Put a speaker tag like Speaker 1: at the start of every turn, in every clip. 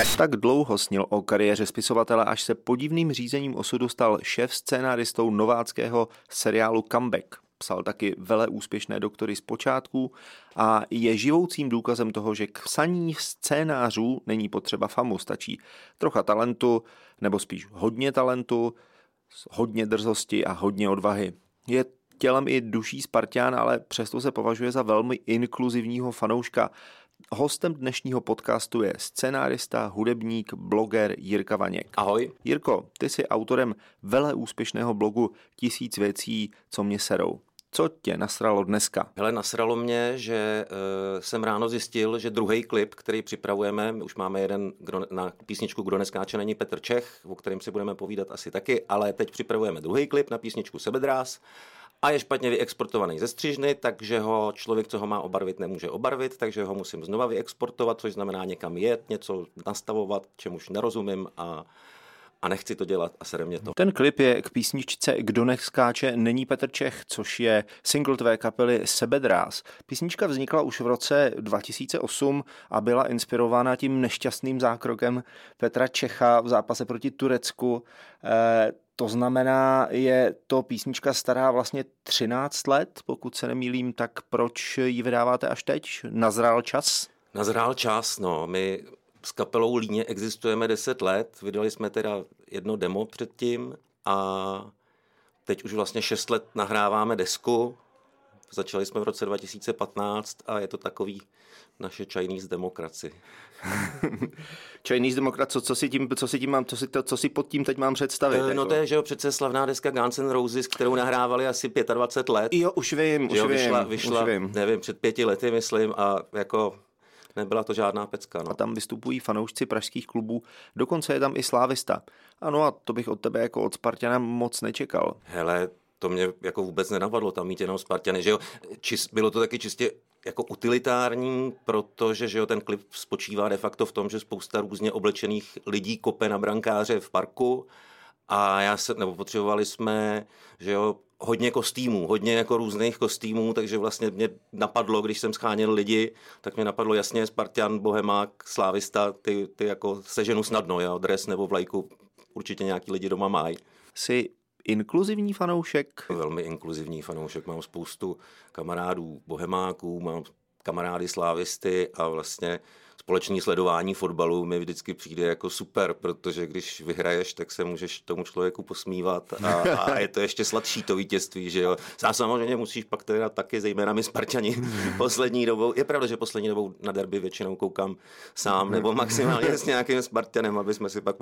Speaker 1: Tak dlouho snil o kariéře spisovatele, až se podivným řízením osudu stal šéf scénáristou nováckého seriálu Comeback. Psal taky veleúspěšné Doktory z počátku a je živoucím důkazem toho, že k psaní scénářů není potřeba famu, stačí trocha talentu, nebo spíš hodně talentu, hodně drzosti a hodně odvahy. Je tělem i duší Spartan, ale přesto se považuje za velmi inkluzivního fanouška. Hostem dnešního podcastu je scenárista, hudebník, bloger Jirka Vaněk.
Speaker 2: Ahoj.
Speaker 1: Jirko, ty jsi autorem veleúspěšného blogu 1000 věcí, co mě serou. Co tě nasralo dneska?
Speaker 2: Hele, nasralo mě, že jsem ráno zjistil, že druhý klip, který připravujeme, my už máme jeden na písničku Kdo neskáče není Petr Čech, o kterém si budeme povídat asi taky, ale teď připravujeme druhý klip na písničku Sebedráz a je špatně vyexportovaný ze střižny, takže ho člověk, co ho má obarvit, nemůže obarvit, takže ho musím znova vyexportovat, což znamená někam jet, něco nastavovat, čemuž nerozumím a nechci to dělat a sere mě to.
Speaker 1: Ten klip je k písničce Kdo neskáče není Petr Čech, což je single tvé kapely Sebedráz. Písnička vznikla už v roce 2008 a byla inspirována tím nešťastným zákrokem Petra Čecha v zápase proti Turecku. To znamená, je to písnička stará vlastně 13 let, pokud se nemýlím, tak proč ji vydáváte až teď? Nazrál čas?
Speaker 2: Nazrál čas, no. My s kapelou Líně existujeme 10 let, vydali jsme teda jedno demo předtím a teď už vlastně 6 let nahráváme desku. Začali jsme v roce 2015 a je to takový naše Chinese Democracy.
Speaker 1: Chinese Democracy, co si pod tím teď mám představit?
Speaker 2: No to je, že jo, přece slavná deska Guns N' Roses, kterou nahrávali asi 25 let.
Speaker 1: Jo, už vím.
Speaker 2: Vyšla, nevím, před 5 lety, myslím, a jako nebyla to žádná pecka. No.
Speaker 1: A tam vystupují fanoušci pražských klubů, dokonce je tam i slávista. Ano, a to bych od tebe jako od Spartana moc nečekal.
Speaker 2: Hele, to mě jako vůbec nenapadlo tam mít jenom Spartany, že jo. Bylo to taky čistě jako utilitární, protože že jo, ten klip spočívá de facto v tom, že spousta různě oblečených lidí kope na brankáře v parku a potřebovali jsme, že jo, hodně kostýmů, hodně jako různých kostýmů, takže vlastně mě napadlo, když jsem scháněl lidi, tak mě napadlo jasně Spartan, Bohemák, Slávista, ty jako seženu snadno, jo, dres nebo vlajku určitě nějaký lidi doma mají.
Speaker 1: Jsi inkluzivní fanoušek?
Speaker 2: Velmi inkluzivní fanoušek, mám spoustu kamarádů Bohemáků, mám kamarády Slávisty a vlastně společné sledování fotbalu mi vždycky přijde jako super, protože když vyhraješ, tak se můžeš tomu člověku posmívat a je to ještě sladší to vítězství, že jo. A samozřejmě musíš pak teda taky, zejména my Spartani, poslední dobou, je pravda, že poslední dobou na derby většinou koukám sám nebo maximálně s nějakým Spartanem, aby jsme si pak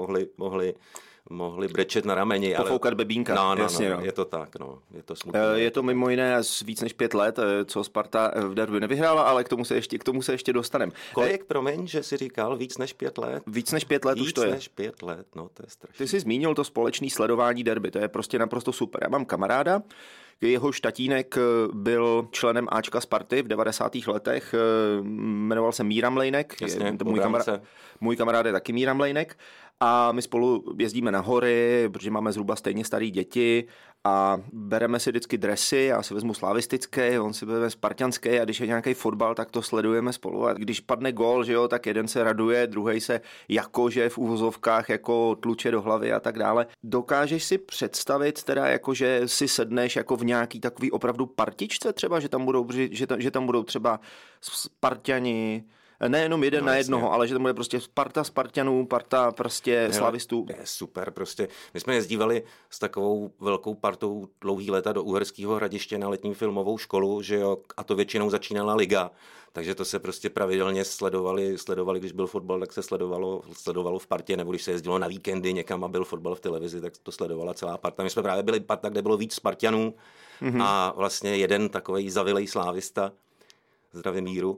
Speaker 2: mohli brečet na rameni.
Speaker 1: Pofoukat bebínka.
Speaker 2: No, je to tak, no. Je to smutné.
Speaker 1: Je to mimo jiné víc než 5 let, co Sparta v derby nevyhrála, ale k tomu se ještě dostaneme.
Speaker 2: Kolik, promiň, že jsi říkal víc než 5 let?
Speaker 1: Víc než 5 let už to je.
Speaker 2: Víc než 5 let, no to je strašné.
Speaker 1: Ty jsi zmínil to společné sledování derby, to je prostě naprosto super. Já mám kamaráda, jeho tatínek byl členem Ačka Sparty v 90. letech, jmenoval se Míra Mlejnek.
Speaker 2: Jasně,
Speaker 1: můj kamarád je taky Míra Mlejnek. A my spolu jezdíme na hory, protože máme zhruba stejně starý děti a bereme si vždycky dresy, já si vezmu slavistické, on si vezme spartanské a když je nějaký fotbal, tak to sledujeme spolu. A když padne gól, že jo, tak jeden se raduje, druhý se jakože v uvozovkách jako tluče do hlavy a tak dále. Dokážeš si představit teda jako, že si sedneš jako v nějaký takový opravdu partičce třeba, že tam budou třeba Spartani, nejenom jeden na jednoho, ale že tam bude prostě parta Spartanů, parta prostě slavistů.
Speaker 2: Je super, prostě. My jsme jezdívali s takovou velkou partou dlouhý léta do Uherského Hradiště na letní filmovou školu, že jo, a to většinou začínala liga, takže to se prostě pravidelně sledovali, když byl fotbal, tak se sledovalo v partě, nebo když se jezdilo na víkendy někam a byl fotbal v televizi, tak to sledovala celá parta. My jsme právě byli parta, kde bylo víc Spartanů a vlastně jeden takovej zavilej slávista, zdravím Míru.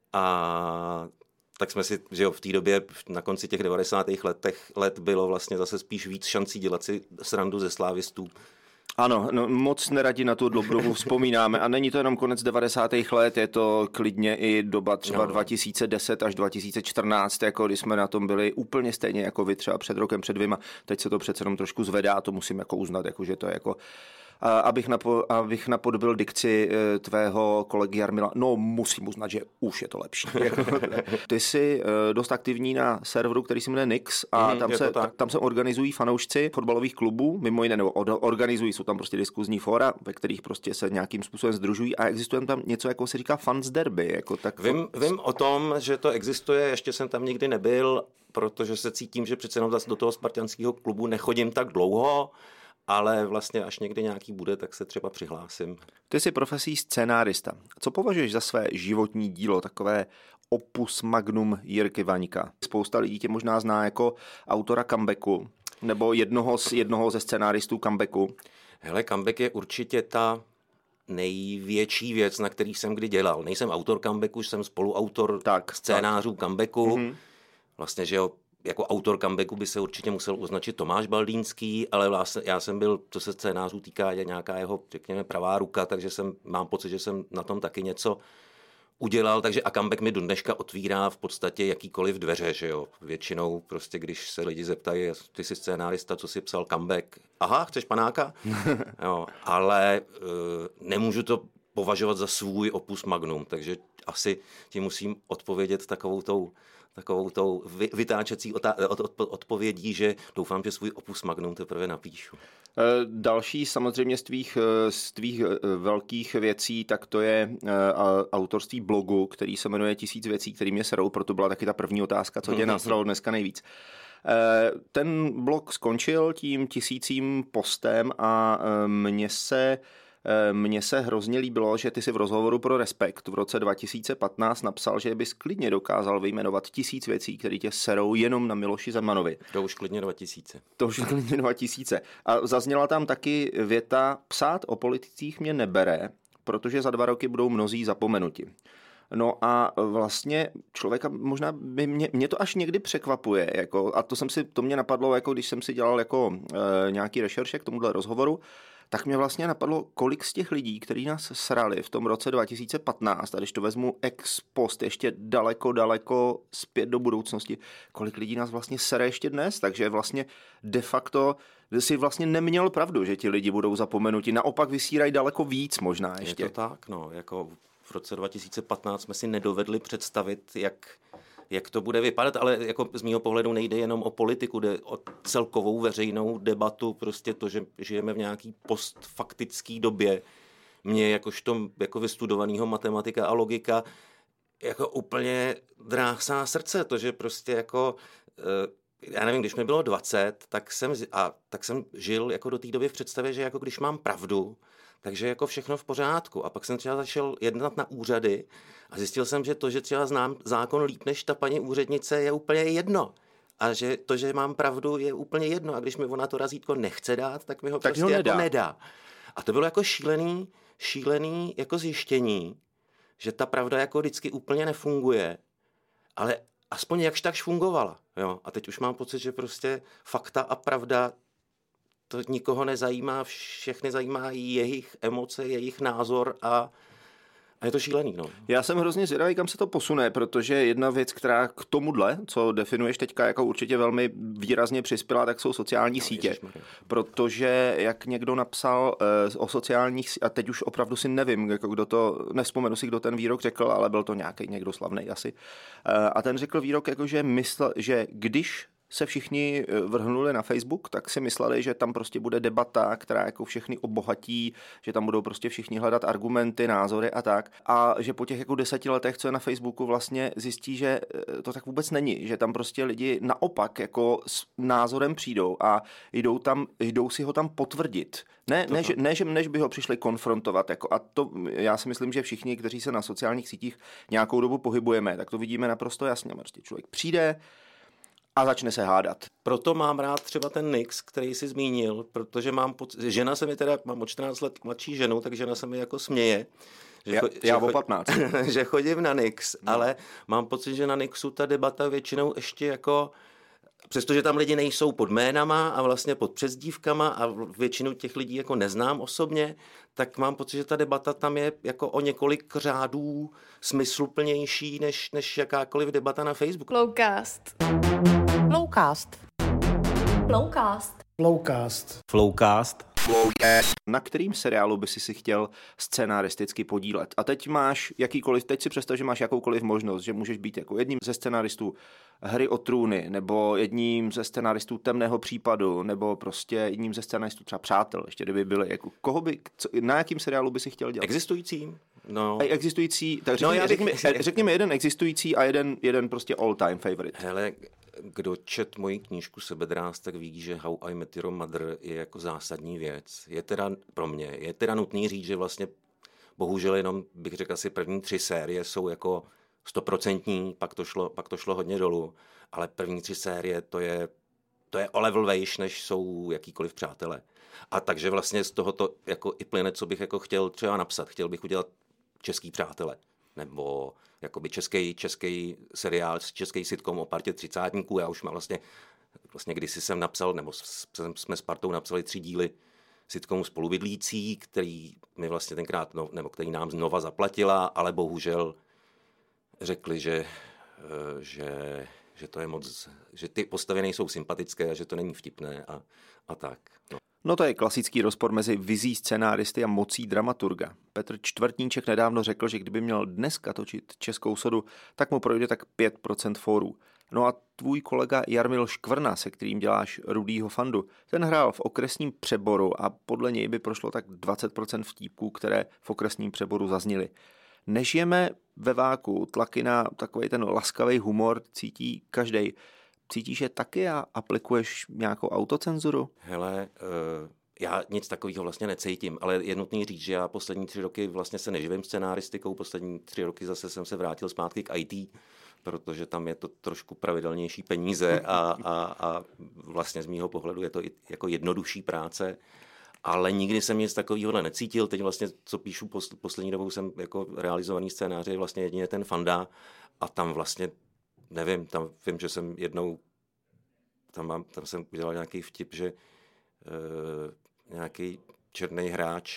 Speaker 2: A tak jsme si, že jo, v té době na konci těch 90. let bylo vlastně zase spíš víc šancí dělat si srandu ze slávistů.
Speaker 1: Ano, no, moc neradi na tu dobu vzpomínáme a není to jenom konec 90. let, je to klidně i doba třeba 2010 až 2014, jako když jsme na tom byli úplně stejně jako vy třeba před rokem, před 2. Teď se to přece jenom trošku zvedá, to musím jako uznat, jako, že to je jako abych napodobil dikci tvého kolegy Jarmila, no musím uznat, že už je to lepší. Ty jsi dost aktivní na serveru, který se jmenuje Nix a tam se organizují fanoušci fotbalových klubů, mimo jiné, nebo organizují, jsou tam prostě diskuzní fóra, ve kterých prostě se nějakým způsobem sdružují a existuje tam něco, jako se říká fans derby. Jako tak
Speaker 2: vím o tom, že to existuje, ještě jsem tam nikdy nebyl, protože se cítím, že přece jenom zase do toho spartanského klubu nechodím tak dlouho, ale vlastně až někdy nějaký bude, tak se třeba přihlásím.
Speaker 1: Ty jsi profesí scénárista. Co považuješ za své životní dílo, takové opus magnum Jirky Vaňka? Spousta lidí tě možná zná jako autora comebacku, nebo jednoho ze scénáristů comebacku.
Speaker 2: Hele, comeback je určitě ta největší věc, na který jsem kdy dělal. Nejsem autor comebacku, jsem spoluautor scénářů comebacku. Mm-hmm. Vlastně, že jo, jako autor comebacku by se určitě musel označit Tomáš Baldýnský, ale vlastně já jsem byl, co se scénářů týká, je nějaká jeho, řekněme, pravá ruka, takže mám pocit, že jsem na tom taky něco udělal, takže a comeback mi do dneška otvírá v podstatě jakýkoliv dveře, že jo. Většinou prostě, když se lidi zeptají, ty jsi scénárista, co jsi psal comeback, aha, chceš panáka? Jo, ale nemůžu to považovat za svůj opus magnum, takže asi ti musím odpovědět takovou tou vytáčecí odpovědí, že doufám, že svůj opus magnum teprve napíšu.
Speaker 1: Další samozřejmě z tvých velkých věcí, tak to je autorství blogu, který se jmenuje 1000 věcí, který mě serou, proto byla taky ta první otázka, co tě nasralo dneska nejvíc. Ten blog skončil tím 1000. postem a mně se hrozně líbilo, že ty si v rozhovoru pro Respekt v roce 2015 napsal, že bys klidně dokázal vyjmenovat 1000 věcí, které tě serou jenom na Miloši Zemanovi.
Speaker 2: To už klidně 2000.
Speaker 1: A zazněla tam taky věta: psát o politicích mě nebere, protože za 2 roky budou mnozí zapomenuti. No a vlastně člověka možná mě to až někdy překvapuje, jako, a to mě napadlo, jako když jsem si dělal jako nějaký rešerše k tomuhle rozhovoru, tak mě vlastně napadlo, kolik z těch lidí, kteří nás srali v tom roce 2015, a když to vezmu ex post ještě daleko zpět do budoucnosti, kolik lidí nás vlastně sere ještě dnes, takže vlastně de facto si vlastně neměl pravdu, že ti lidi budou zapomenuti, naopak vysírají daleko víc možná ještě.
Speaker 2: Je to tak, no, jako v roce 2015 jsme si nedovedli představit, jak to bude vypadat, ale jako z mýho pohledu nejde jenom o politiku, jde o celkovou veřejnou debatu, prostě to, že žijeme v nějaký postfaktický době. Mě jakožto jako vystudovanýho matematika a logika jako úplně dráhsá srdce, to, že prostě jako, já nevím, když mi bylo 20, tak jsem žil jako do té doby v představě, že jako když mám pravdu, takže jako všechno v pořádku. A pak jsem třeba začal jednat na úřady a zjistil jsem, že to, že třeba znám zákon líp než ta paní úřednice, je úplně jedno. A že to, že mám pravdu, je úplně jedno. A když mi ona to razítko nechce dát, tak mi ho prostě jako nedá. A to bylo jako šílený jako zjištění, že ta pravda jako vždycky úplně nefunguje, ale aspoň jakž takž fungovala. Jo? A teď už mám pocit, že prostě fakta a pravda to nikoho nezajímá, všechny zajímá jejich emoce, jejich názor a je to šílený. No.
Speaker 1: Já jsem hrozně zvědavý, kam se to posune, protože jedna věc, která k tomuhle, co definuješ teďka, jako určite velmi výrazně přispěla, tak jsou sociální sítě. Protože jak někdo napsal o sociálních, a teď už opravdu si nevím, jako nevzpomenu si, kdo ten výrok řekl, ale byl to někdo slavnej asi. A ten řekl výrok, jako, že když se všichni vrhnuli na Facebook, tak si mysleli, že tam prostě bude debata, která jako všechny obohatí, že tam budou prostě všichni hledat argumenty, názory a tak. A že po těch jako 10 letech, co je na Facebooku, vlastně zjistí, že to tak vůbec není, že tam prostě lidi naopak jako s názorem přijdou a jdou si ho tam potvrdit. Než by ho přišli konfrontovat. Jako, a to já si myslím, že všichni, kteří se na sociálních sítích nějakou dobu pohybujeme, tak to vidíme naprosto jasně. Prostě člověk přijde a začne se hádat.
Speaker 2: Proto mám rád třeba ten Nix, který jsi zmínil, protože mám žena se mi teda, mám o 14 let mladší ženu, tak žena se mi jako směje.
Speaker 1: Já o 15.
Speaker 2: Že chodím na Nix, ale mám pocit, že na Nixu ta debata většinou ještě jako, přestože tam lidi nejsou pod jménama a vlastně pod přezdívkama a většinu těch lidí jako neznám osobně, tak mám pocit, že ta debata tam je jako o několik řádů smysluplnější než jakákoliv debata na Facebooku.
Speaker 3: Flowcast.
Speaker 1: Na kterým seriálu by si chtěl scenaristicky podílet? A teď si představ, že máš jakoukoliv možnost, že můžeš být jako jedním ze scenaristů Hry o trůny, nebo jedním ze scenaristů Temného případu, nebo prostě jedním ze scenaristů třeba Přátel, ještě kdyby byli. Jako, na jakým seriálu by si chtěl dělat?
Speaker 2: Existující? No.
Speaker 1: Existující, tak řekněme jeden existující a jeden prostě all-time favorite.
Speaker 2: Hele, kdo čet moji knížku Sebedráz, tak ví, že How I Met Your Mother je jako zásadní věc. Je teda pro mě, je teda nutný říct, že vlastně bohužel jenom, bych řekl, asi první 3 série jsou jako 100%, pak to šlo hodně dolů, ale první 3 série to je o level vejš, než jsou jakýkoliv Přátelé. A takže vlastně z tohoto jako i plyne, co bych jako chtěl třeba napsat. Chtěl bych udělat český Přátelé, nebo jakoby český seriál, český sitcom o partě třicátníků. Já už mám vlastně kdysi jsem napsal, nebo jsme s partou napsali 3 díly sitcomu Spolubydlící, který mi vlastně tenkrát, nebo který nám znova zaplatila, ale bohužel řekli, že to je moc, že ty postavy nejsou sympatické a že to není vtipné a tak.
Speaker 1: No to je klasický rozpor mezi vizí scenáristy a mocí dramaturga. Petr Čtvrtníček nedávno řekl, že kdyby měl dneska točit Českou sodu, tak mu projde tak 5% fórů. No a tvůj kolega Jarmil Škvrna, se kterým děláš Rudýho Fandu, ten hrál v Okresním přeboru a podle něj by prošlo tak 20% vtípků, které v Okresním přeboru zazněly. Nežijeme ve váku, tlaky na takový ten laskavý humor cítí každej. Cítíš je taky a aplikuješ nějakou autocenzuru?
Speaker 2: Hele, já nic takového vlastně necítím, ale je nutný říct, že já poslední 3 roky vlastně se neživím scenaristikou, poslední 3 roky zase jsem se vrátil zpátky k IT, protože tam je to trošku pravidelnější peníze a vlastně z mýho pohledu je to i jako jednodušší práce. Ale nikdy jsem nic takového necítil. Teď vlastně, co píšu poslední dobou, jsem jako realizovaný scénář, je vlastně jedině ten Fanda a tam vlastně, nevím, tam vím, že jsem jednou, tam jsem udělal nějaký vtip, že nějaký černý hráč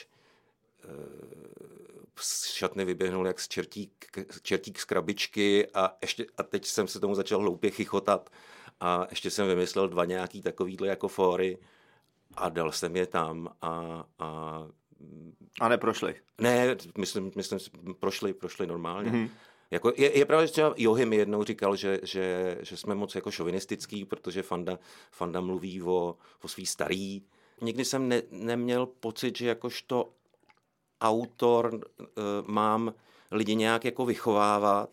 Speaker 2: z šatny vyběhnul jak čertík z krabičky a teď jsem se tomu začal hloupě chichotat a ještě jsem vymyslel 2 nějaký takovýhle jako fóry a dal jsem je tam
Speaker 1: a neprošli?
Speaker 2: Ne, myslím prošli normálně. Mm-hmm. Jako je pravda, že třeba Johy mi jednou říkal, že jsme moc jako šovinistický, protože Fanda mluví o svý starý. Nikdy jsem neměl pocit, že jakožto autor mám lidi nějak jako vychovávat.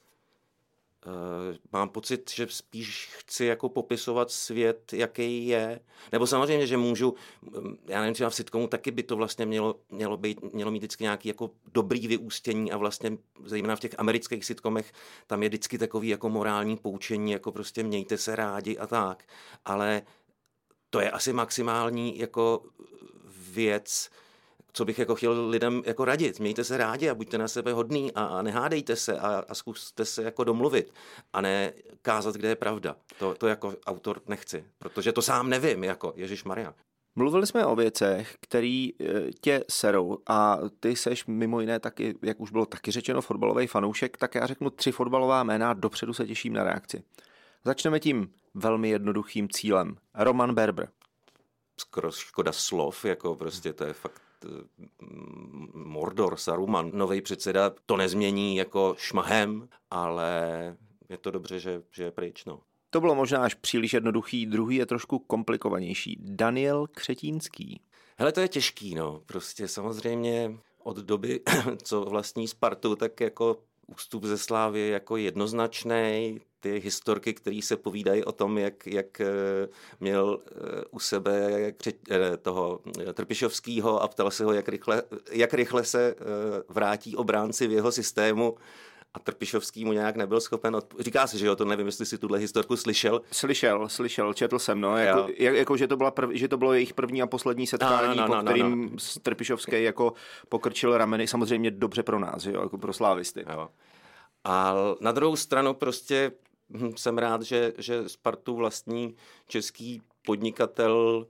Speaker 2: Mám pocit, že spíš chci jako popisovat svět, jaký je. Nebo samozřejmě, že můžu, já nevím, třeba v sitcomu taky by to vlastně mělo mít vždycky nějaký jako dobrý vyústění a vlastně zejména v těch amerických sitcomech tam je vždycky takový jako morální poučení, jako prostě mějte se rádi a tak. Ale to je asi maximální jako věc, co bych jako chtěl lidem jako radit. Mějte se rádi a buďte na sebe hodný a nehádejte se a zkuste se jako domluvit a ne kázat, kde je pravda. To jako autor nechci, protože to sám nevím, jako Ježišmarja.
Speaker 1: Mluvili jsme o věcech, které tě serou a ty seš mimo jiné taky, jak už bylo taky řečeno, fotbalový fanoušek, tak já řeknu 3 fotbalová jména a dopředu se těším na reakci. Začneme tím velmi jednoduchým cílem. Roman Berber.
Speaker 2: Skoro škoda slov, jako prostě to je fakt Mordor, Saruman, nový předseda, to nezmění jako šmahem, ale je to dobře, že je pryč, no.
Speaker 1: To bylo možná až příliš jednoduchý, druhý je trošku komplikovanější. Daniel Křetínský.
Speaker 2: Hele, to je těžký, no. Prostě samozřejmě od doby, co vlastní Spartu, tak jako ústup ze Slávy je jako jednoznačný. Ty historky, které se povídají o tom, jak měl u sebe toho Trpišovskýho a ptal se ho, jak rychle se vrátí obránci v jeho systému a Trpišovský mu nějak nebyl schopen Říká se, že jo, to nevím, jestli si tuhle historku slyšel.
Speaker 1: Slyšel, četl jsem, no, jako že to bylo jejich první a poslední setkání, po kterým Trpišovský jako pokrčil rameny, samozřejmě dobře pro nás, jo, jako pro slávisty.
Speaker 2: Jo. A na druhou stranu prostě jsem rád, že Spartu vlastní český podnikatel.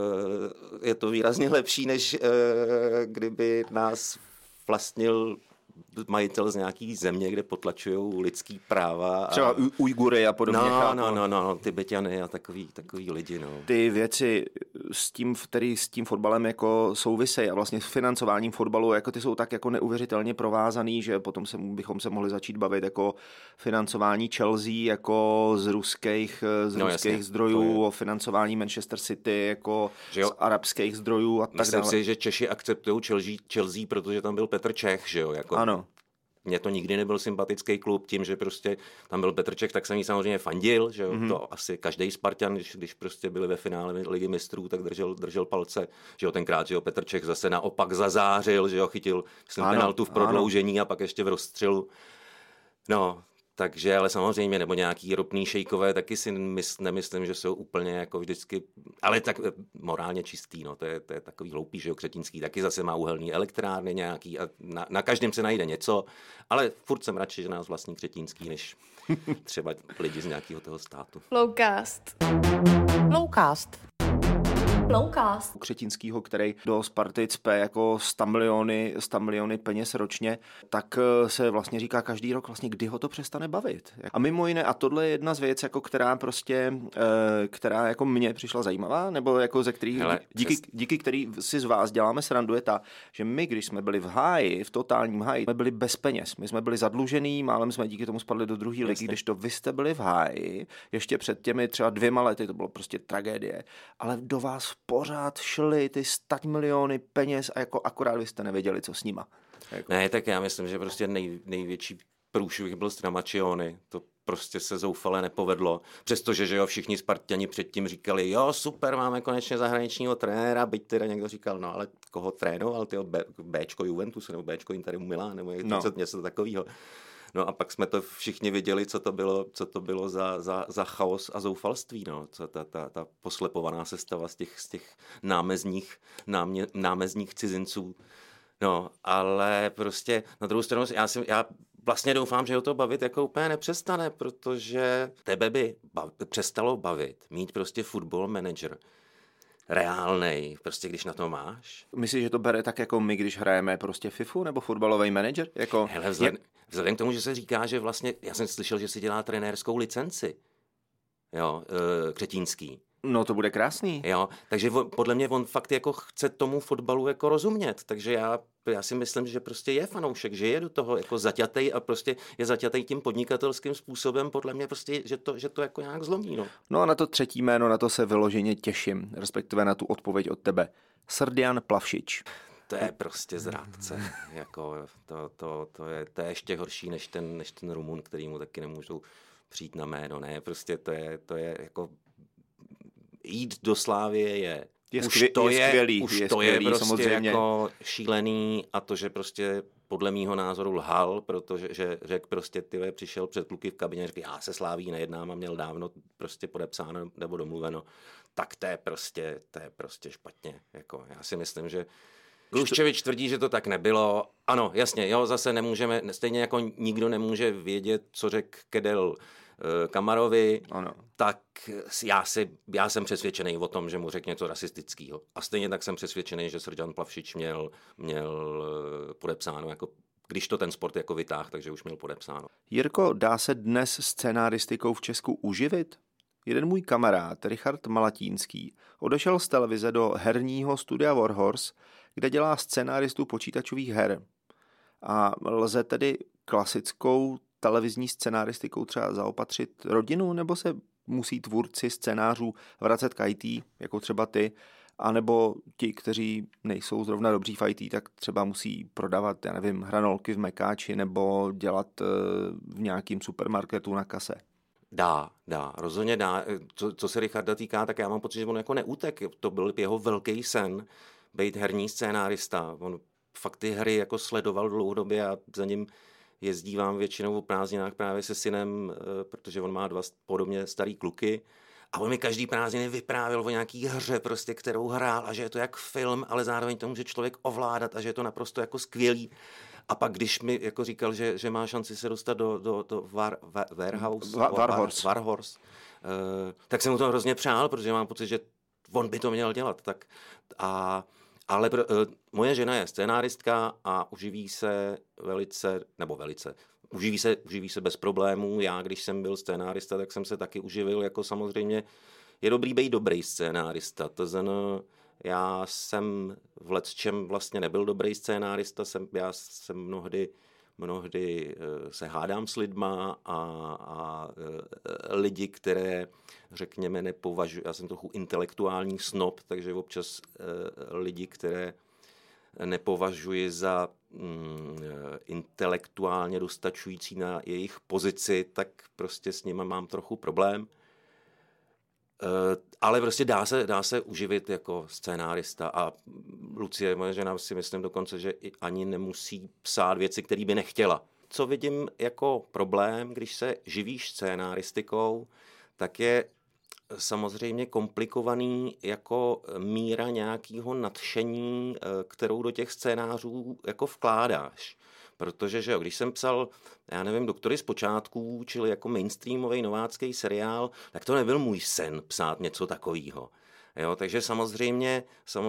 Speaker 2: Je to výrazně lepší, než kdyby nás vlastnil majitel z nějaký země, kde potlačují lidský práva.
Speaker 1: Třeba Ujgury a podobně.
Speaker 2: No, Tibetany a takový lidi, no.
Speaker 1: Ty věci s tím fotbalem jako souvisejí a vlastně s financováním fotbalu, jako ty jsou tak jako neuvěřitelně provázaný, že potom bychom se mohli začít bavit jako financování Chelsea, jako z ruských zdrojů, o financování Manchester City, jako z arabských zdrojů a tak dále.
Speaker 2: Myslím si, že Češi akceptují Chelsea, protože tam byl Petr Čech, že jo? Jako,
Speaker 1: ano.
Speaker 2: Mně to nikdy nebyl sympatický klub tím, že prostě tam byl Petr Čech, tak jsem jí samozřejmě fandil, že jo? To asi každý Spartan, když prostě byli ve finále Ligy mistrů, tak držel palce, že jo, tenkrát, že jo, Petr Čech zase naopak zazářil, že jo, chytil penaltu v prodloužení a pak ještě v rozstřelu. No, takže, ale samozřejmě, nebo nějaký ropný šejkové, taky si nemyslím, že jsou úplně jako vždycky, ale tak morálně čistý, no, to je takový hloupý, že jo, Křetínský taky zase má uhelný elektrárny nějaký a na každém se najde něco, ale furt jsem radši, že nás vlastní Křetínský, než třeba lidi z nějakého toho státu.
Speaker 3: Flowcast.
Speaker 1: Křetínskýho, který do Sparty cpe jako 100 miliony peněz ročně, tak se vlastně říká každý rok vlastně, kdy ho to přestane bavit. A mimo jiné, a tohle je jedna z věcí, jako která jako mně přišla zajímavá, nebo jako ze kterých, díky který si z vás děláme srandu, je ta, že my, když jsme byli v totálním háji, jsme byli bez peněz. My jsme byli zadlužený, málem jsme díky tomu spadli do druhé ligy, když to vy jste byli v háji, ještě před těmi třeba 2 lety, to bylo prostě tragédie, ale do vás pořád šly ty 100 miliony peněz a jako akorát vy jste nevěděli, co s nima. Jako.
Speaker 2: Ne, tak já myslím, že prostě největší průšvih byl s Tramačiony. To prostě se zoufale nepovedlo. Přestože, že jo, všichni Spartani předtím říkali, jo, super, máme konečně zahraničního trenéra, byť teda někdo říkal, no ale koho trénoval, tyho Bčko Juventus, nebo Bčko Interu Milán, nebo něco takového. No a pak jsme to všichni viděli, co to bylo za chaos a zoufalství, no. Co ta poslepovaná sestava z těch námezních cizinců. No, ale prostě na druhou stranu já vlastně doufám, že ho to bavit jako úplně nepřestane, protože tebe by přestalo bavit mít prostě football manager reálnej, prostě když na to máš.
Speaker 1: Myslíš, že to bere tak jako my, když hrajeme prostě FIFU nebo fotbalový manager? Jako...
Speaker 2: Hele, vzhledem k tomu, že se říká, že vlastně, já jsem slyšel, že si dělá trenérskou licenci, jo, Křetínský.
Speaker 1: No to bude krásný.
Speaker 2: Jo, takže podle mě on fakt jako chce tomu fotbalu jako rozumět, takže já si myslím, že prostě je fanoušek, že je do toho jako zaťatej a prostě je zaťatej tím podnikatelským způsobem, podle mě prostě, že to jako nějak zlomí, no.
Speaker 1: No a na to třetí jméno, na to se vyloženě těším, respektive na tu odpověď od tebe. Srdian Plavšič.
Speaker 2: To je prostě zrádce, jako to je ještě horší než ten Rumun, který mu taky nemůžou přijít na jméno, ne, prostě to je jako jít do Slávie je
Speaker 1: skvělý,
Speaker 2: prostě
Speaker 1: samozřejmě.
Speaker 2: Jako šílený a to, že prostě podle mýho názoru lhal, protože že řekl prostě přišel před kluky v kabině a řekl, já se Sláví nejednám a měl dávno prostě podepsáno nebo domluveno, tak to je prostě špatně. Jako, já si myslím, že Gluščevič tvrdí, že to tak nebylo. Ano, jasně, jo, zase nemůžeme, stejně jako nikdo nemůže vědět, co řekl Kedel Kamarovi,
Speaker 1: ano.
Speaker 2: Tak já jsem přesvědčený o tom, že mu řekl něco rasistického. A stejně tak jsem přesvědčený, že Srďan Plavšič měl podepsáno, jako, když to ten sport jako vytáhl, takže už měl podepsáno.
Speaker 1: Jirko, dá se dnes scénaristikou v Česku uživit? Jeden můj kamarád, Richard Malatínský, odešel z televize do herního studia Warhorse, kde dělá scénáristu počítačových her. A lze tedy klasickou televizní scénaristikou třeba zaopatřit rodinu, nebo se musí tvůrci scénářů vracet k IT, jako třeba ty, anebo ti, kteří nejsou zrovna dobří v IT, tak třeba musí prodávat, já nevím, hranolky v Mekáči nebo dělat v nějakým supermarketu na kase?
Speaker 2: Dá, rozhodně dá. Co se Richarda týká, tak já mám pocit, že on jako neutek. To byl jeho velký sen, být herní scénárista. On fakt ty hry jako sledoval dlouhodobě a za ním jezdívám většinou o prázdninách právě se synem, protože on má 2 podobně starý kluky a on mi každý prázdniny vyprávěl o nějaký hře, prostě, kterou hrál a že je to jak film, ale zároveň to může člověk ovládat a že je to naprosto jako skvělý. A pak když mi jako říkal, že má šanci se dostat do Warhorse, tak jsem mu to hrozně přál, protože mám pocit, že on by to měl dělat. Ale moje žena je scénáristka a uživí se uživí se bez problémů. Já, když jsem byl scénárista, tak jsem se taky uživil, jako samozřejmě je dobrý být dobrý scénárista. Já jsem v lecčem vlastně nebyl dobrý scénárista, já jsem mnohdy se hádám s lidma a lidi, které, řekněme, nepovažuji, já jsem trochu intelektuální snob, takže občas lidi, které nepovažuji za intelektuálně dostačující na jejich pozici, tak prostě s nimi mám trochu problém. Ale prostě dá se uživit jako scénárista a Lucie, moje žena, si myslím dokonce, že ani nemusí psát věci, které by nechtěla. Co vidím jako problém, když se živíš scénáristikou, tak je samozřejmě komplikovaný jako míra nějakého nadšení, kterou do těch scénářů jako vkládáš. Protože, že jo, když jsem psal, já nevím, Doktory z počátků, čili jako mainstreamový novácký seriál, tak to nebyl můj sen psát něco takového. Jo, takže samozřejmě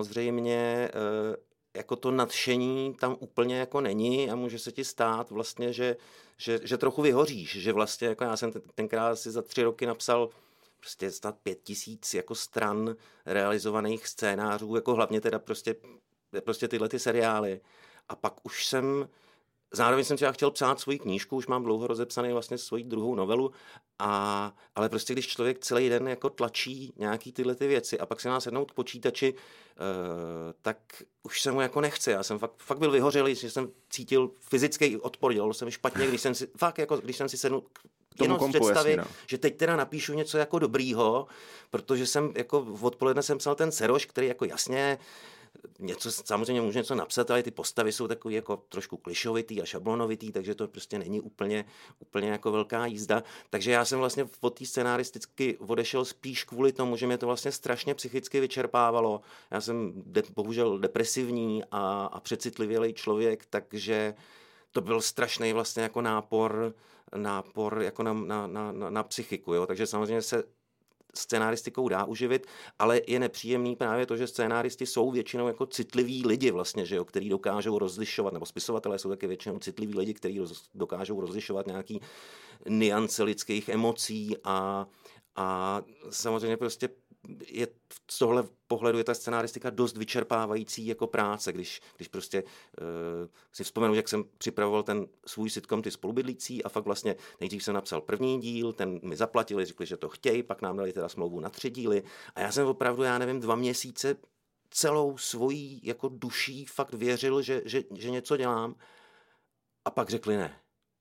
Speaker 2: jako to nadšení tam úplně jako není a může se ti stát vlastně, že trochu vyhoříš, že vlastně jako já jsem tenkrát si za 3 roky napsal prostě snad 5000 jako stran realizovaných scénářů, jako hlavně teda prostě tyhle ty seriály. A pak už zároveň jsem třeba chtěl psát svoji knížku, už mám dlouho rozepsaný vlastně svoji druhou novelu, ale prostě když člověk celý den jako tlačí nějaký tyhle ty věci a pak se má sednout k počítači, tak už se mu jako nechce. Já jsem fakt byl vyhořelý, že jsem cítil fyzický odpor, dělalo se mi špatně, když jsem si sednul jenom z představy, že teď teda napíšu něco jako dobrýho, protože jsem jako odpoledne jsem psal ten Seroš, který jako jasně samozřejmě můžu něco napsat, ale ty postavy jsou takový jako trošku klišovitý a šablonovitý, takže to prostě není úplně jako velká jízda. Takže já jsem vlastně od té scenaristicky odešel spíš kvůli tomu, že mě to vlastně strašně psychicky vyčerpávalo. Já jsem bohužel depresivní a přecitlivělý člověk, takže to byl strašný vlastně jako nápor jako na psychiku. Jo? Takže samozřejmě se scénaristikou dá uživit, ale je nepříjemný právě to, že scénáristi jsou většinou jako citliví lidi vlastně, že jo, který dokážou rozlišovat, nebo spisovatelé jsou taky většinou citliví lidi, kteří dokážou rozlišovat nějaký nuance lidských emocí a samozřejmě prostě z tohle pohledu je ta scenáristika dost vyčerpávající jako práce, když prostě si vzpomenu, jak jsem připravoval ten svůj sitcom Ty spolubydlící a fakt vlastně nejdřív jsem napsal první díl, ten mi zaplatili, řekli, že to chtějí, pak nám dali teda smlouvu na 3 díly a já jsem opravdu, 2 měsíce celou svojí jako duší fakt věřil, že něco dělám a pak řekli ne.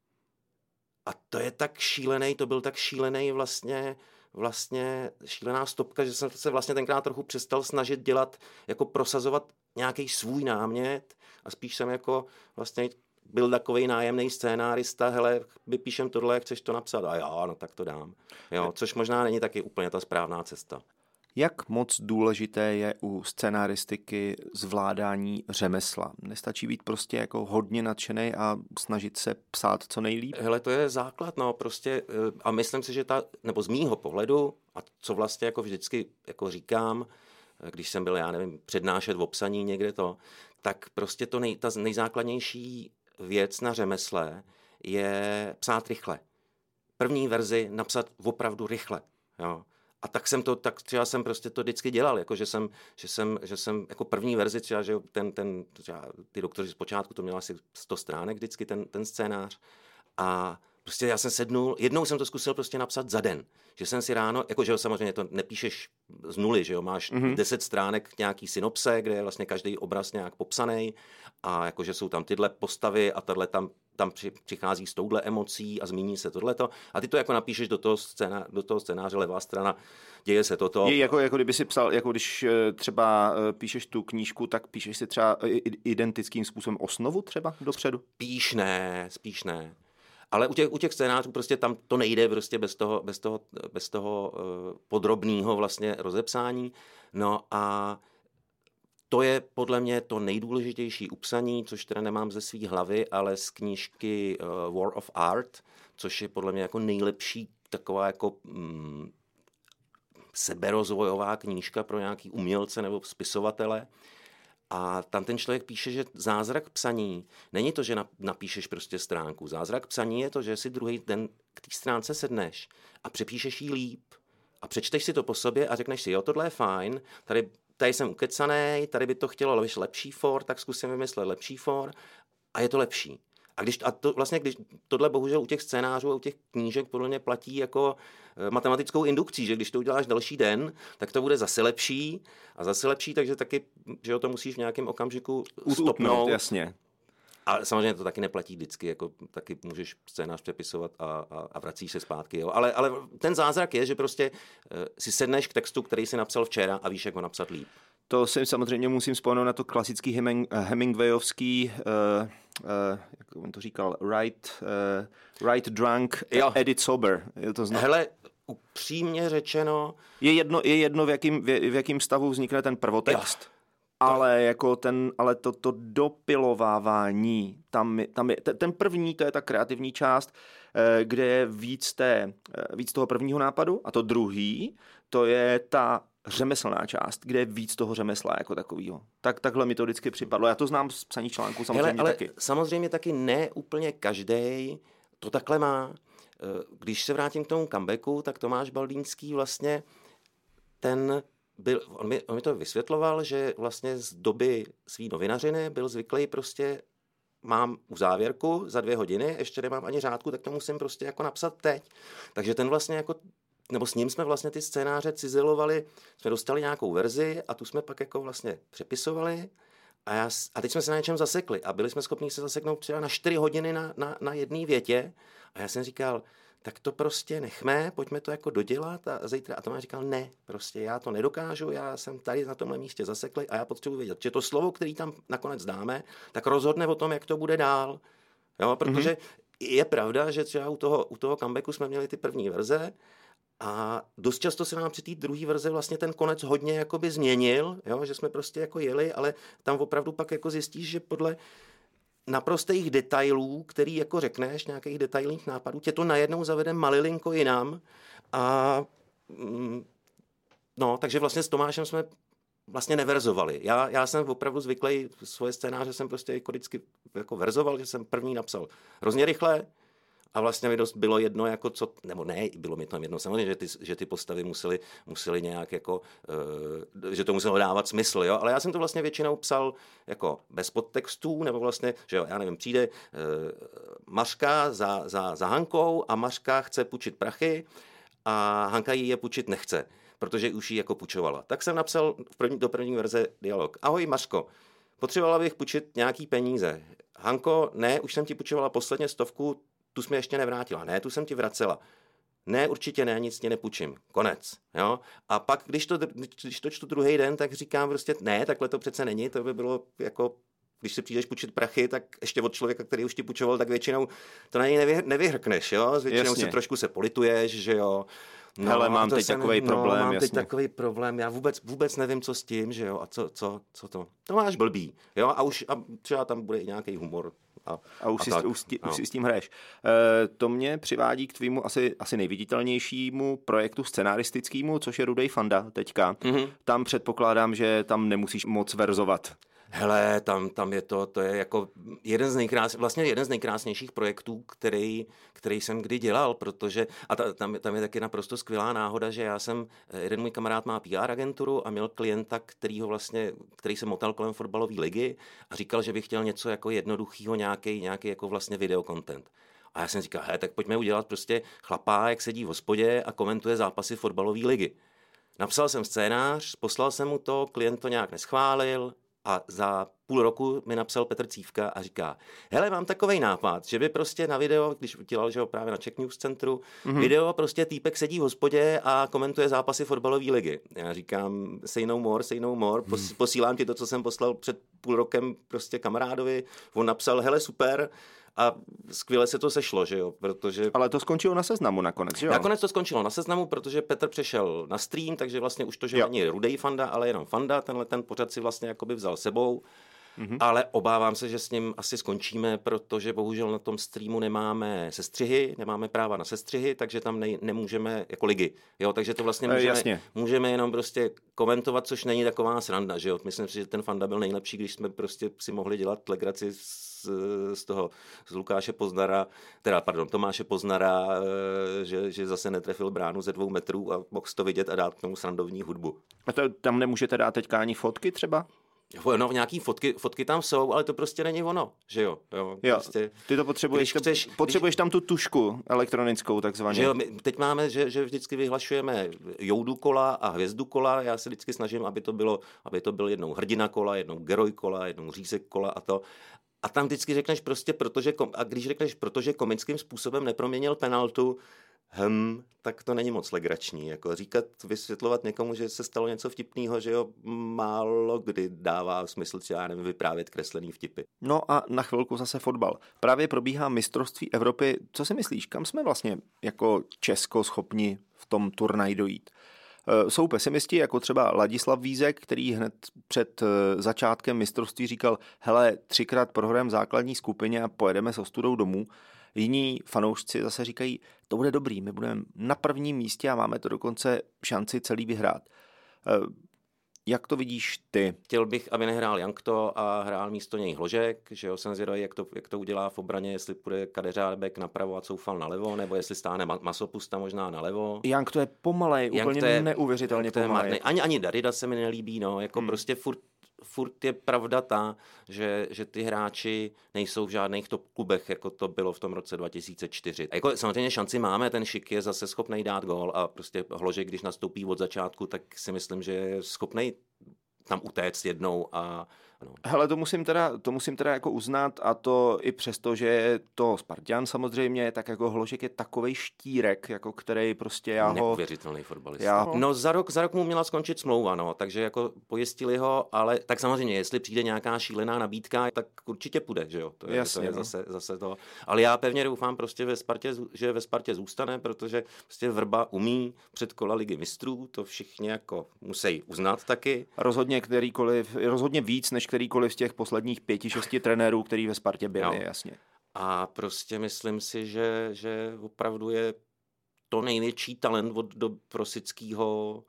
Speaker 2: A to byl tak šílený vlastně šílená stopka, že jsem se vlastně tenkrát trochu přestal snažit dělat, jako prosazovat nějaký svůj námět a spíš jsem jako vlastně byl takovej nájemný scénárista, hele, vypíšem tohle, chceš to napsat? A jo, no tak to dám. Jo, což možná není taky úplně ta správná cesta.
Speaker 1: Jak moc důležité je u scenaristiky zvládání řemesla? Nestačí být prostě jako hodně nadšenej a snažit se psát co nejlíp?
Speaker 2: Hele, to je základ, no, prostě a myslím si, že nebo z mýho pohledu, a co vlastně jako vždycky jako říkám, když jsem byl, přednášet v psaní někde tak prostě ta nejzákladnější věc na řemesle je psát rychle. První verzi napsat opravdu rychle, jo. A tak třeba jsem prostě to vždycky dělal, jako že jsem jako první verzi třeba, že třeba ty Doktoři z počátku, to měla asi 100 stránek vždycky ten scénář a prostě já jsem sednul, jednou jsem to zkusil prostě napsat za den, že jsem si ráno, jako že jo, samozřejmě to nepíšeš z nuly, že jo, máš 10 stránek nějaký synopse, kde je vlastně každý obraz nějak popsaný a jakože jsou tam tyhle postavy a tahle tam přichází s touhle emocí a zmíní se tohleto a ty to jako napíšeš do toho scénáře, levá strana, děje se toto.
Speaker 1: Je jako kdyby si psal, jako když třeba píšeš tu knížku, tak píšeš si třeba identickým způsobem osnovu třeba dopředu?
Speaker 2: Spíš ne. Ale u těch scénářů prostě tam to nejde prostě bez toho podrobného vlastně rozepsání. No a to je podle mě to nejdůležitější u psaní, což teda nemám ze svý hlavy, ale z knížky War of Art, což je podle mě jako nejlepší taková jako seberozvojová knížka pro nějaký umělce nebo spisovatele. A tam ten člověk píše, že zázrak psaní není to, že napíšeš prostě stránku. Zázrak psaní je to, že si druhý den k té stránce sedneš a přepíšeš jí líp. A přečteš si to po sobě a řekneš si, jo, tohle je fajn, tady jsem ukecanej, tady by to chtělo lepší for, tak zkusím vymyslet lepší for a je to lepší. Když tohle bohužel u těch scénářů a u těch knížek podle mě platí jako matematickou indukcí, že když to uděláš další den, tak to bude zase lepší, takže taky, že jo, to musíš v nějakém okamžiku stopnout.
Speaker 1: Jasně.
Speaker 2: A samozřejmě to taky neplatí vždycky, jako taky můžeš scénář přepisovat a vracíš se zpátky. Jo. Ale ten zázrak je, že prostě si sedneš k textu, který si napsal včera a víš, jak ho napsat líp.
Speaker 1: To si samozřejmě musím vzpomenout na to klasický Hemingwayovský, jak on to říkal, Write Drunk, Edit Sober.
Speaker 2: Hele, upřímně řečeno...
Speaker 1: Je jedno v jakým stavu vznikne ten prvotext. Jo. Ale to dopilovávání, tam je ten první, to je ta kreativní část, kde je víc toho prvního nápadu, a to druhý, to je ta řemeslná část, kde je víc toho řemesla jako takového. Takhle mi to vždycky připadlo. Já to znám z psaní článků samozřejmě
Speaker 2: ale
Speaker 1: taky.
Speaker 2: Samozřejmě taky ne úplně každej to takhle má. Když se vrátím k tomu comebacku, tak Tomáš Baldýnský vlastně on mi to vysvětloval, že vlastně z doby svý novinařiny byl zvyklý prostě mám uzávěrku za 2 hodiny, ještě nemám ani řádku, tak to musím prostě jako napsat teď. Takže ten vlastně jako, nebo s ním jsme vlastně ty scénáře cizelovali, jsme dostali nějakou verzi a tu jsme pak jako vlastně přepisovali a teď jsme se na něčem zasekli a byli jsme schopni se zaseknout třeba na 4 hodiny na jedné větě a já jsem říkal, tak to prostě nechme, pojďme to jako dodělat a zítra. A Tomáš říkal, ne, prostě já to nedokážu, já jsem tady na tomhle místě zaseklý a já potřebuji vědět, že to slovo, který tam nakonec dáme, tak rozhodne o tom, jak to bude dál. Jo, protože je pravda, že třeba u toho comebacku jsme měli ty první verze a dost často se nám při té druhé verze vlastně ten konec hodně jakoby změnil, jo, že jsme prostě jako jeli, ale tam opravdu pak jako zjistíš, že podle naprostých detailů, který jako řekneš, nějakých detailních nápadů, tě to najednou zavede malilinko jinam a takže vlastně s Tomášem jsme vlastně neverzovali. Já jsem opravdu zvyklý, svoje scénáře jsem prostě jako vždycky jako verzoval, že jsem první napsal hrozně rychle a vlastně mi dost bylo jedno, jako co, nebo ne, bylo mi tam jedno, samozřejmě, že ty postavy musely nějak jako, že to muselo dávat smysl, jo, ale já jsem to vlastně většinou psal jako bez podtextů, nebo vlastně, že jo, já nevím, přijde Mařka za Hankou a Mařka chce půjčit prachy a Hanka jí je půjčit nechce, protože už jí jako půjčovala. Tak jsem napsal do první verze dialog. Ahoj Mařko, potřebovala bych půjčit nějaký peníze. Hanko, ne, už jsem ti půjčovala posledně 100, tu jsi mi ještě nevrátila. Ne, tu jsem ti vracela. Ne, určitě ne, nic ti nepůjčím. Konec. Jo? A pak, když to čtu druhý den, tak říkám prostě, ne, takhle to přece není, to by bylo jako, když si přijdeš půjčit prachy, tak ještě od člověka, který už ti půjčoval, tak většinou to na něj nevyhrkneš, jo? Většinou si trošku se polituješ, že jo.
Speaker 1: No, hele, mám teď takovej problém,
Speaker 2: mám teď takový problém, já vůbec nevím, co s tím, že jo, a co to. To máš blbý, jo, a třeba tam bude i nějaký humor.
Speaker 1: A už si s tím hraješ. To mě přivádí k tvýmu asi nejviditelnějšímu projektu scenaristickému, což je Rudej Fanda teďka. Mm-hmm. Tam předpokládám, že tam nemusíš moc verzovat.
Speaker 2: Hele, tam je to je jako jeden z nejkrásnějších projektů, který jsem kdy dělal, protože tam je taky naprosto skvělá náhoda, že jeden můj kamarád má PR agenturu a měl klienta, který se motal kolem fotbalové ligy a říkal, že by chtěl něco jako jednoduchýho, nějaký jako vlastně videokontent. A já jsem říkal, tak pojďme udělat prostě chlapá, jak sedí v hospodě a komentuje zápasy fotbalové ligy. Napsal jsem scénář, poslal jsem mu to, klient to nějak neschválil, a za půl roku mi napsal Petr Cívka a říká, hele, mám takovej nápad, že by prostě na video, když dělal, že ho právě na Czech News Centru, video prostě týpek sedí v hospodě a komentuje zápasy fotbalové ligy. Já říkám, say no more, posílám ti to, co jsem poslal před půl rokem prostě kamarádovi, on napsal, hele, super, a skvěle se to sešlo, že jo, protože...
Speaker 1: Ale to skončilo na Seznamu nakonec, že jo?
Speaker 2: Nakonec to skončilo na Seznamu, protože Petr přešel na stream, takže vlastně už to, že není Rudej Fanda, ale jenom Fanda, ten pořad si vlastně jakoby vzal sebou ale obávám se, že s ním asi skončíme, protože bohužel na tom streamu nemáme sestřihy, nemáme práva na sestřihy, takže tam nemůžeme jako ligy. Jo, takže to vlastně můžeme jenom prostě komentovat, což není taková sranda, že jo. Myslím si, že ten Fanda byl nejlepší, když jsme prostě si mohli dělat legraci z Lukáše Poznara, Tomáše Poznara, že zase netrefil bránu ze 2 metrů a mohl to vidět a dát k tomu srandovní hudbu.
Speaker 1: A to tam nemůžete dát teďka ani fotky třeba?
Speaker 2: No, nějaký fotky tam jsou, ale to prostě není ono, že jo. Prostě,
Speaker 1: ty to potřebuješ tam tu tušku elektronickou takzvaně.
Speaker 2: Že jo, teď máme, že vždycky vyhlašujeme joudu kola a hvězdu kola, já se vždycky snažím, aby to byl jednou hrdina kola, jednou geroj kola, jednou řízek kola a to. A tam vždycky řekneš prostě, když řekneš, protože komickým způsobem neproměnil penaltu, tak to není moc legrační. Jako vysvětlovat někomu, že se stalo něco vtipného, že jo, málo kdy dává smysl třeba vyprávět kreslený vtipy.
Speaker 1: No a na chvilku zase fotbal. Právě probíhá mistrovství Evropy. Co si myslíš, kam jsme vlastně jako Česko schopni v tom turnaji dojít? Jsou pesimisti, jako třeba Ladislav Vízek, který hned před začátkem mistrovství říkal, hele, 3krát prohrajeme v základní skupině a pojedeme s ostudou domů. Jiní fanoušci zase říkají, to bude dobrý, my budeme na prvním místě a máme to dokonce šanci celý vyhrát. Jak to vidíš ty?
Speaker 2: Chtěl bych, aby nehrál Jankto a hrál místo něj Hložek, že jo, jsem zvědavý, jak to udělá v obraně, jestli půjde Kadeřábek napravo a Coufal nalevo, nebo jestli stáne Masopusta možná nalevo.
Speaker 1: Jankto je pomalej, úplně neuvěřitelně pomalej.
Speaker 2: Ani Darida se mi nelíbí, no, jako prostě furt je pravda ta, že ty hráči nejsou v žádných top klubech, jako to bylo v tom roce 2004. A jako samozřejmě šanci máme, ten Šik je zase schopný dát gól a prostě Hložek, když nastoupí od začátku, tak si myslím, že je schopný tam utéct jednou a ano.
Speaker 1: Hele, to musím teda jako uznat a to i přesto, že je to Spartan samozřejmě, tak jako Hložek je takovej štírek, jako který prostě
Speaker 2: neuvěřitelný fotbalista. No za rok mu měla skončit smlouva, no, takže jako pojistili ho, ale tak samozřejmě, jestli přijde nějaká šílená nabídka, tak určitě půjde, že jo. To je zase to. Ale já pevně doufám prostě že ve Spartě zůstane, protože prostě Vrba umí předkola Ligy mistrů, to všichni jako musí uznat taky.
Speaker 1: Rozhodně víc než kterýkoliv z těch posledních 5-6 trenérů, který ve Spartě byli, jasně.
Speaker 2: A prostě myslím si, že opravdu je to největší talent od do Rosického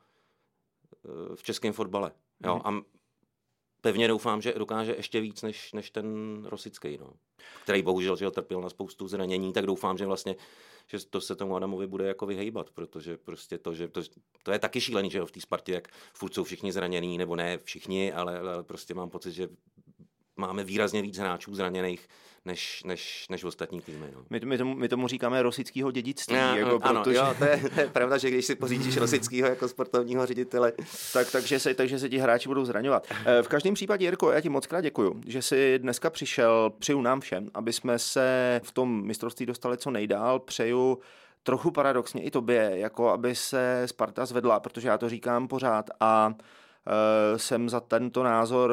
Speaker 2: v českém fotbale. Jo? A pevně doufám, že dokáže ještě víc než ten Rosický, no. Který bohužel že trpěl na spoustu zranění, tak doufám, že vlastně že to se tomu Adamovi bude jako vyhejbat, protože prostě to je taky šílený, že jo, v té Spartě, jak furt jsou všichni zranění, nebo ne všichni, ale prostě mám pocit, že máme výrazně víc hráčů zraněných než ostatní týmy. No.
Speaker 1: My tomu říkáme Rosického dědictví.
Speaker 2: Ano, to je pravda, že když si pořídíš Rosického jako sportovního ředitele.
Speaker 1: Takže se ti hráči budou zraňovat. V každém případě, Jirko, já ti moc krát děkuju, že jsi dneska přišel, přeju nám všem, aby jsme se v tom mistrovství dostali co nejdál, přeju trochu paradoxně i tobě, jako aby se Sparta zvedla, protože já to říkám pořád a jsem za tento názor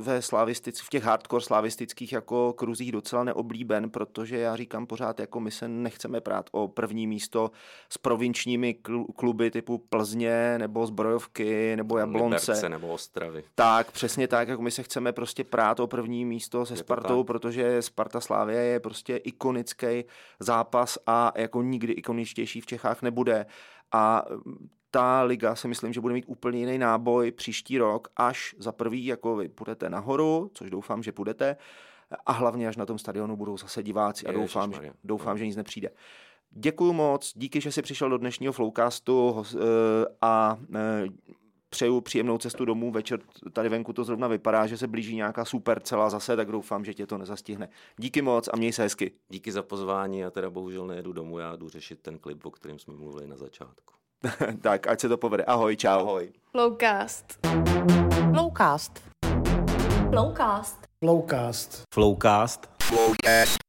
Speaker 1: v těch hardcore slavistických jako kruzích docela neoblíben, protože já říkám pořád, jako my se nechceme prát o první místo s provinčními kluby typu Plzně nebo Zbrojovky nebo Jablonce.
Speaker 2: Liberce nebo Ostravy.
Speaker 1: Tak, přesně tak, jako my se chceme prostě prát o první místo se Spartou, protože Sparta Slavia je prostě ikonický zápas a jako nikdy ikoničtější v Čechách nebude. A ta liga si myslím, že bude mít úplně jiný náboj příští rok, až za prvý jako vy půjdete nahoru, což doufám, že půjdete, a hlavně až na tom stadionu budou zase diváci a doufám, že nic nepřijde. Děkuju moc, díky, že jsi přišel do dnešního Flowcastu a přeju příjemnou cestu domů. Večer tady venku to zrovna vypadá, že se blíží nějaká super celá zase, tak doufám, že tě to nezastihne. Díky moc a měj se hezky.
Speaker 2: Díky za pozvání, já teda bohužel nejedu domů, já jdu řešit ten klip, o kterém jsme mluvili na začátku.
Speaker 1: Tak, ať se to povede. Ahoj, čau.
Speaker 2: Ahoj.
Speaker 3: Flowcast.
Speaker 4: Flowcast.
Speaker 3: Flowcast.
Speaker 4: Flowcast.
Speaker 5: Flowcast.
Speaker 1: Flowcast.